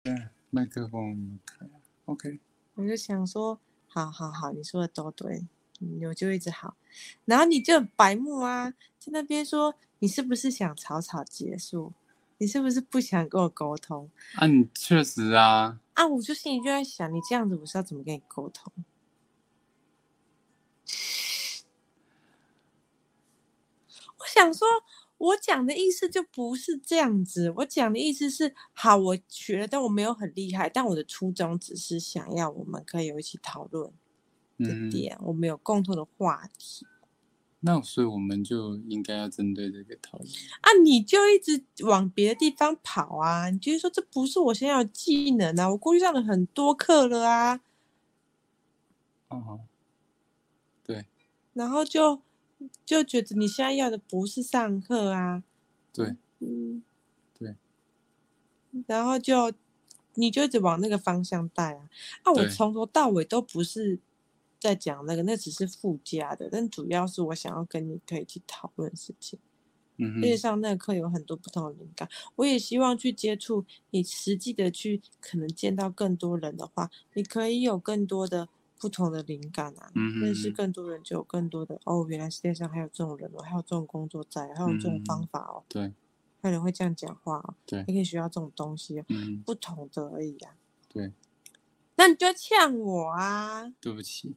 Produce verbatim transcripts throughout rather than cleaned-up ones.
对，麦克风开 ，OK。 我就想说，好好好，你说的都对，嗯，我就一直好，然后你就很白目啊，在那边说你是不是想草草结束？你是不是不想跟我沟通？ 啊，你确实啊。 啊，我就心里就在想，你这样子我是要怎么跟你沟通？我想说，我讲的意思就不是这样子，我讲的意思是，好，我学了，但我没有很厉害，但我的初衷只是想要我们可以有一起讨论的点， 嗯， 我们有共同的话题。 那所以我们就应该要针对这个讨论啊，你就一直往别的地方跑啊！你就是说这不是我现在要的技能啊，我过去上了很多课了啊， 哦，对然后就就觉得你现在要的不是上课啊， 对嗯， 对然后就你就一直往那个方向带啊。啊，我对， 从头到尾都不是在讲那个，那只是附加的，但主要是我想要跟你可以去讨论事情。而且嗯哼， 上那个课有很多不同的灵感，我也希望去接触你，实际的去可能见到更多人的话，你可以有更多的不同的灵感啊， 嗯认识哼， 更多人就有更多的哦，原来世界上还有这种人哦，还有这种工作在，还有这种方嗯， 法哦， 对还有人会这样讲话哦， 对， 你可以学到这种东西哦， 嗯， 不同的而已啊。 对， 那你就呛我啊， 对不起，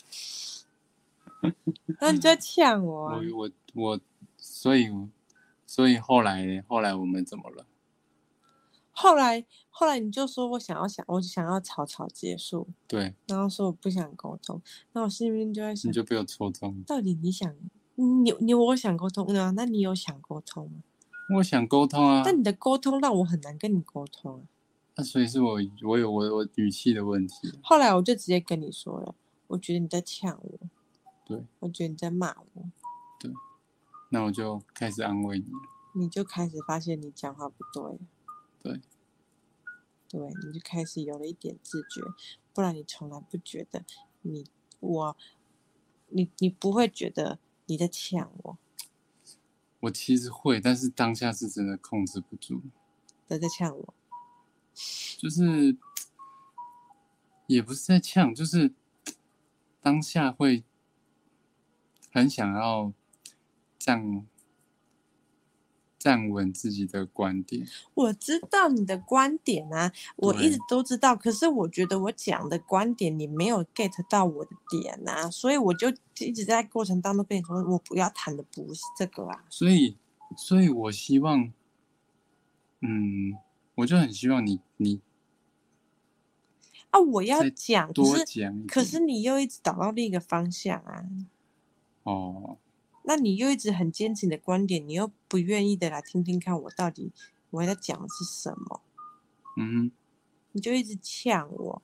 那你就呛我啊。 我我我，所以所以后来后来我们怎么了？ 后来后来你就说我想要想，我想要草草结束。 对， 然后说我不想沟通，那我心里面就在想， 你就被我戳中了。 到底你想你你我想沟通啊？那你有想沟通吗？ 我想沟通啊， 但你的沟通让我很难跟你沟通啊。 那所以是我我有我我语气的问题。 后来我就直接跟你说了，我觉得你在呛我， 对我觉得你在骂我， 对，那我就开始安慰你了。 你就开始发现你讲话不对了， 对， 对，你就开始有了一点自觉，不然你从来不觉得你我你你不会觉得你在呛我我其实会，但是当下是真的控制不住， 的在呛我， 就是也不是在呛，就是当下会很想要站站稳自己的观点。 我知道你的观点啊，我一直都知道，可是我觉得我讲的观点你没有 get 到我的点啊，所以我就一直在过程当中跟你说，我不要谈的不是这个啊。 所以，所以我希望，嗯，我就很希望你你啊，我要再讲，可多是讲一可是点。 你又一直导到另一个方向啊， 哦， 那你又一直很坚持你的观点，你又不愿意的来听听看我到底我在讲的是什么， 嗯， 你就一直呛我，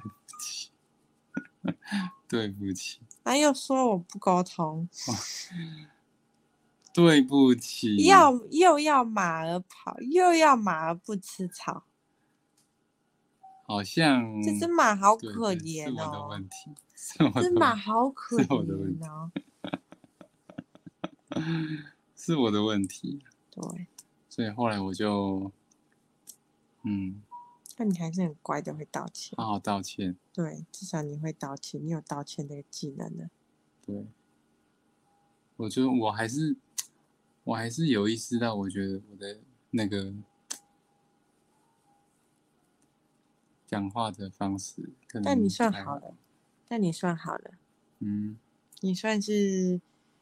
对不起， 啊，又说我不沟通， 对不起， 要又要马儿跑，又要马儿不吃草。 好像这只马好对可对是我的怜哦， 问题，是我的这马问题， 好可是我的问题， 怜哦。 是我的问题。 对， 所以后来我就，嗯， 那你还是很乖的，会道歉。 好好道歉。 对，至少你会道歉，你有道歉这个技能的。 对，我觉得我还是，我还是有意识到，我觉得我的那个讲话的方式可能但你不太算好了，但你算好了， 嗯， 你算是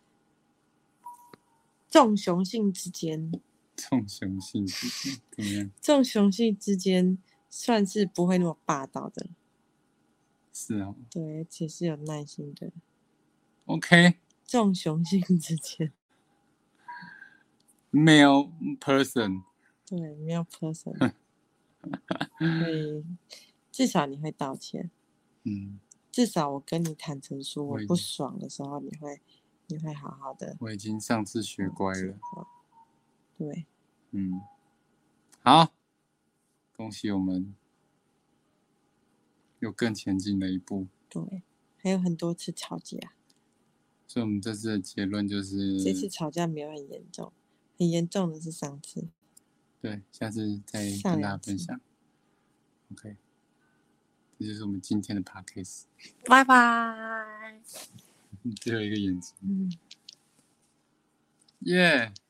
众雄性之间， 重雄性之间怎么样？ 众雄性之间算是不会那么霸道的。 是哦对，而且是有耐心的。 ，OK， 众雄性之间， male person， 对，没有 person，所以至少你会道歉。 嗯， 至少我跟你坦诚说我我已不爽的时候，你会你会好好的。 我已经上次学乖了， 对， 嗯，好，恭喜我们又更前进了一步。 对，还有很多次吵架， 所以我们这次的结论就是， 这次吵架没有很严重，很严重的是上次。 对，下次再上跟大家两次分享。 OK， 这就是我们今天的 podcast。 拜拜。 最后一个眼睛， 嗯， 耶、yeah